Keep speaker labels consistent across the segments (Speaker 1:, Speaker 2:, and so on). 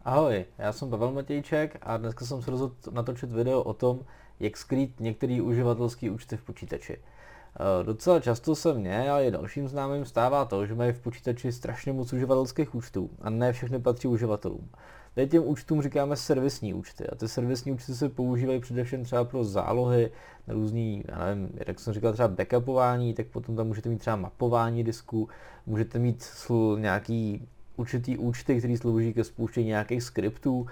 Speaker 1: Ahoj, já jsem Pavel Matějček a dneska jsem se rozhodl natočit video o tom, jak skrýt některé uživatelské účty v počítači. Docela často se mně a i dalším známým stává to, že mají v počítači strašně moc uživatelských účtů a ne všechny patří uživatelům. Tady těm účtům říkáme servisní účty a ty servisní účty se používají především třeba pro zálohy, na různý, já nevím, jak jsem říkal, třeba backupování, tak potom tam můžete mít třeba mapování disku, můžete mít nějaký určitý účty, který slouží ke spouštění nějakých skriptů.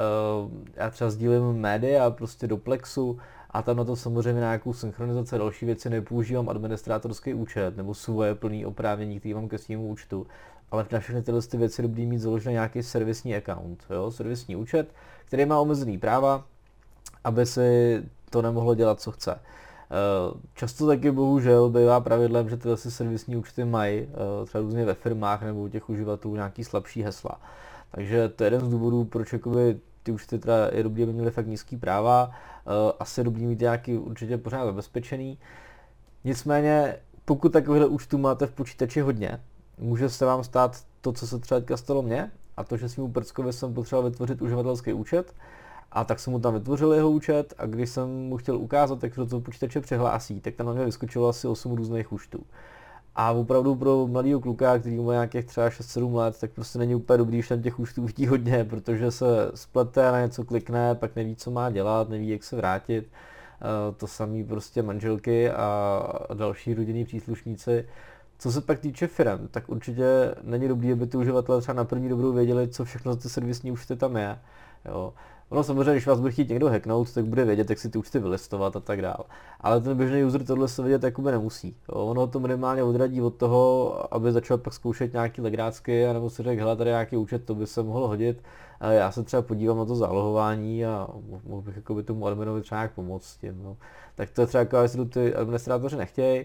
Speaker 1: Já třeba sdílím média prostě do Plexu a tam na to samozřejmě nějakou synchronizaci a další věci nepoužívám administrátorský účet nebo svoje plný oprávnění, který mám ke svému účtu. Ale na všechny tyhle věci dobrý mít založený nějaký servisní account, jo? Servisní účet, který má omezený práva, aby si to nemohlo dělat, co chce. Často taky bohužel bývá pravidlem, že tyhle servisní účty mají třeba různě ve firmách nebo u těch uživatelů nějaký slabší hesla. Takže to je jeden z důvodů, proč jakoby ty účty teda je dobrý, aby měly fakt nízký práva, asi je dobrý mít nějaký určitě pořád zabezpečený. Nicméně, pokud takovýhle účtů máte v počítači hodně, může se vám stát to, co se třeba teďka stalo mně, a to, že svým prckovi jsem potřeboval vytvořit uživatelský účet, a tak jsem mu tam vytvořil jeho účet a když jsem mu chtěl ukázat, jak se do toho počítače přihlásí, tak tam na mě vyskočilo asi 8 různých účtů. A opravdu pro mladého kluka, který má nějakých třeba 6-7 let, tak prostě není úplně dobrý, když tam těch účtů vidí hodně, protože se splete, na něco klikne, pak neví, co má dělat, neví, jak se vrátit. To samý prostě manželky a další rodinní příslušníci. Co se pak týče firem, tak určitě není dobrý, aby ty uživatelé třeba na první dobrou věděli, co všechno za ty servisní účty tam je. Jo. Ono samozřejmě, když vás bude chtít někdo hacknout, tak bude vědět, jak si ty účty vylistovat a tak dál. Ale ten běžný user tohle se vědět jakoby nemusí. Jo. Ono to minimálně odradí od toho, aby začal pak zkoušet nějaký legrácky, anebo si řekl, hele, tady nějaký účet, to by se mohlo hodit. A já se třeba podívám na to zálohování a mohl bych jakoby tomu adminovi třeba nějak pomoct s tím. No. Tak to je třeba jako, jestli ty administrátoři nechtějí.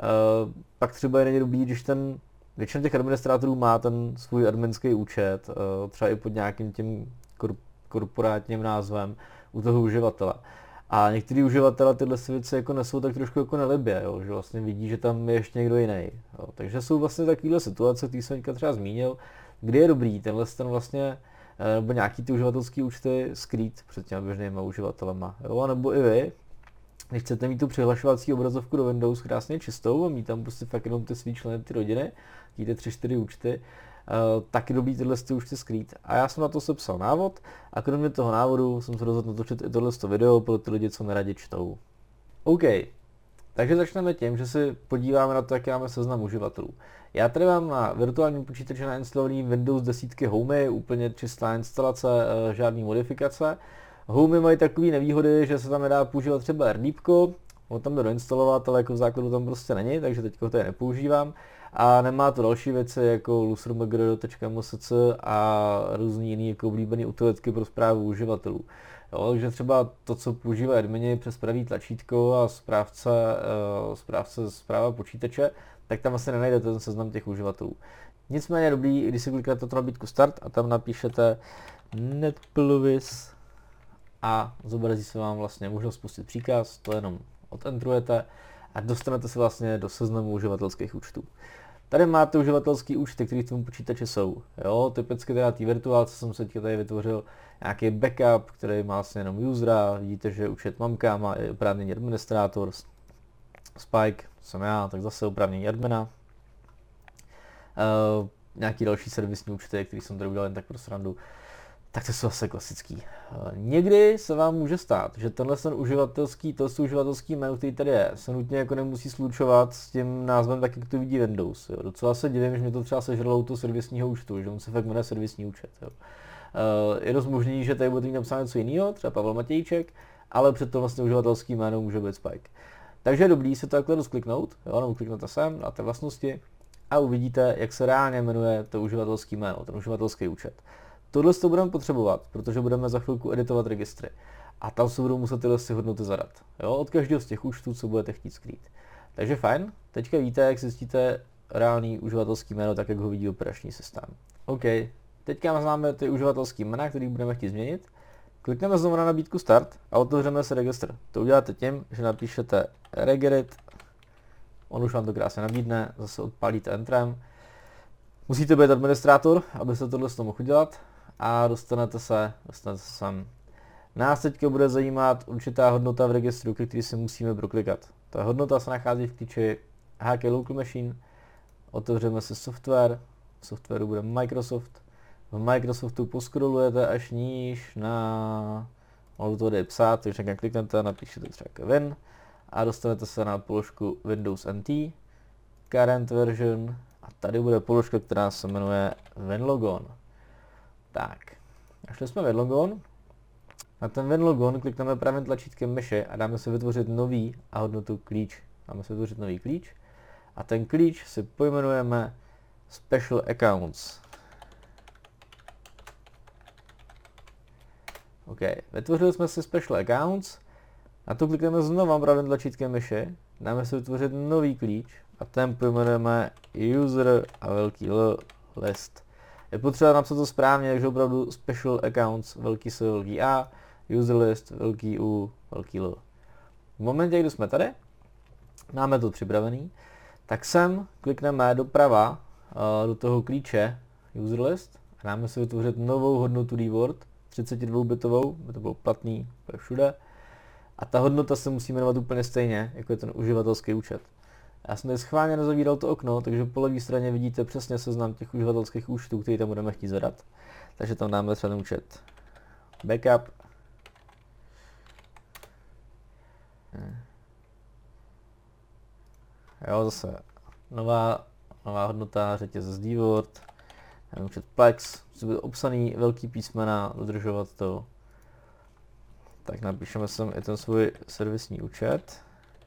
Speaker 1: Pak třeba je není dobrý, když většina těch administrátorů má ten svůj adminský účet, třeba i pod nějakým tím korporátním názvem u toho uživatele. A některý uživatelé tyhle věci jako nesou tak trošku jako nelibě, jo, že vlastně vidí, že tam je ještě někdo jiný. Jo. Takže jsou vlastně takovéhle situace, které jsem třeba zmínil, kdy je dobrý ten vlastně nebo nějaký ty uživatelské účty skrýt před těmi běžnými uživatelema. Jo, a nebo i vy, když chcete mít tu přihlašovací obrazovku do Windows krásně čistou a mít tam prostě fakt jenom ty svý členy, ty rodiny, ty 3-4 účty, taky dobrý tyhle účty skrýt. A já jsem na to sepsal návod a kromě toho návodu jsem se rozhodl natočit i tohle video pro ty lidi, co neradi čtou. OK, takže začneme tím, že si podíváme na to, jak máme seznam uživatelů. Já tady mám na virtuálním počítači nainstalovaný Windows 10 Homey, úplně čistá instalace, žádný modifikace. Homey mají takové nevýhody, že se tam nedá používat třeba RDPko, ho tam jde doinstalovat, ale jako v základu tam prostě není, takže teď ho tady nepoužívám. A nemá to další věci jako lucermagro.msc a různý jiný jako oblíbený utilitky pro správu uživatelů. Jo, takže třeba to, co používá admini přes pravý tlačítko a správce zpráva počítače, tak tam asi nenajdete ten seznam těch uživatelů. Nicméně je dobrý, když si kliknete tu nabídku Start a tam napíšete netpluvis a zobrazí se vám vlastně možnost spustit příkaz, to jenom odentrujete a dostanete se vlastně do seznamu uživatelských účtů. Tady máte uživatelský účty, které v tom počítači jsou. Jo, typicky teda té virtuálce jsem se tady vytvořil nějaký backup, který má vlastně jenom usera, vidíte, že účet mamka má i oprávněný administrátor, Spike, jsem já, tak zase oprávněný admina. Nějaký další servisní účty, který jsem tady udělal jen tak pro srandu. Tak to jsou zase klasický. Někdy se vám může stát, že tenhle uživatelský jméno, který tady je, se nutně jako nemusí slučovat s tím názvem tak, jak to vidí Windows. Jo. Docela se divím, že mě to třeba sežralo u toho servisního účtu, že on se fakt jmenuje servisní účet. Jo. Je dost možný, že tady bude mít napsáno něco jiného, třeba Pavel Matějček, ale před to vlastně uživatelský jméno může být Spike. Takže je dobrý si to takhle rozkliknout, jo, nebo kliknete sem na té vlastnosti a uvidíte, jak se reálně jmenuje to uživatelský jméno, ten uživatelský účet. Tohle to budeme potřebovat, protože budeme za chvilku editovat registry. A tam se budou muset tyhle hodnoty zadat. Jo, od každého z těch účtů, co budete chtít skrýt. Takže fajn, teďka víte, jak zjistíte reálný uživatelský jméno, tak jak ho vidí operační systém. OK, teďka známe ty uživatelský jména, který budeme chtít změnit. Klikneme znovu na nabídku Start a otevřeme se registr. To uděláte tím, že napíšete regerit, on už vám to krásně nabídne, zase odpálíte Entrem. Musíte být administrátor, abyste tohle mohl udělat. a dostanete se sem. Nás teďka bude zajímat určitá hodnota v registru, ke který si musíme proklikat. Ta hodnota se nachází v klíči HK Local Machine. Otevřeme si software. V softwaru bude Microsoft. V Microsoftu poskrolujete až níž na... Mohu to tady psát, takže někam kliknete, napíšete třeba Kevin a dostanete se na položku Windows NT, Current Version a tady bude položka, která se jmenuje WinLogon. Tak, našli jsme WinLogon. Na ten WinLogon klikneme pravým tlačítkem myši a dáme si vytvořit nový a hodnotu klíč. Dáme si vytvořit nový klíč a ten klíč si pojmenujeme Special Accounts. OK, vytvořili jsme si Special Accounts, na to klikneme znovu pravým tlačítkem myši, dáme si vytvořit nový klíč a ten pojmenujeme User a velký L list. Je potřeba napsat to správně, takže opravdu Special Accounts, velký S, velký A, User list, velký U, velký L. V momentě, kdy jsme tady, máme to připravený, tak sem klikneme doprava do toho klíče User list a dáme si vytvořit novou hodnotu reward, 32-bitovou, aby to bylo platný všude. A ta hodnota se musí jmenovat úplně stejně, jako je ten uživatelský účet. Já jsem tady schválně nezavíral to okno, takže po levé straně vidíte přesně seznam těch uživatelských účtů, který tam budeme chtít zadat. Takže tam dáme třeba ten účet backup. Jo, zase nová hodnota, řetězec dword, účet Plex, musí být obsaný velký písmena, dodržovat to. Tak napíšeme sem i ten svůj servisní účet.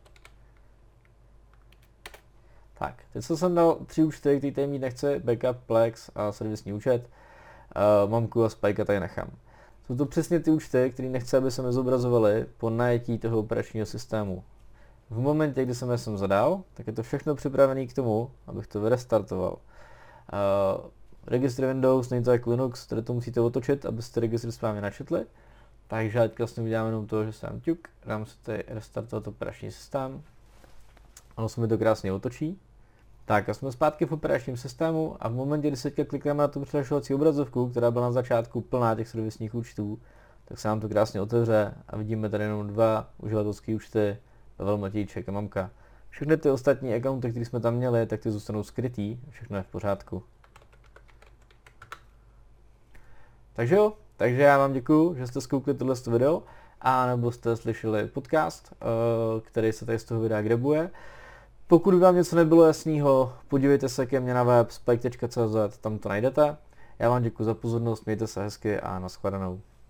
Speaker 1: Tak, teď jsem dal 3 účty, který tady mít nechce, backup, Plex a servisní účet. Mamku a Spikea tady nechám. Jsou to přesně ty účty, které nechce, aby se mi zobrazovaly po najetí toho operačního systému. V momentě, kdy jsem je sem zadal, tak je to všechno připravené k tomu, abych to vyrestartoval. Registr Windows, není to jako Linux, tady to musíte otočit, abyste registr správně načetli. Takže teď vlastně uděláme jenom to, že se dám ťuk, dám si tady restartovat operační systém. Ono se mi to krásně otočí. Tak a jsme zpátky v operačním systému a v momentě, kdy se teďka klikneme na tu přihlašovací obrazovku, která byla na začátku plná těch servisních účtů, tak se nám to krásně otevře a vidíme tady jenom 2 uživatelské účty, Pavel Matějček a mamka. Všechny ty ostatní accounty, které jsme tam měli, tak ty zůstanou skrytý, všechno je v pořádku. Takže jo, takže já vám děkuju, že jste zkoukli tohle video a nebo jste slyšeli podcast, který se tady z toho videa grabuje. Pokud vám něco nebylo jasného, podívejte se ke mně na web spike.cz, tam to najdete. Já vám děkuji za pozornost, mějte se hezky a nashledanou.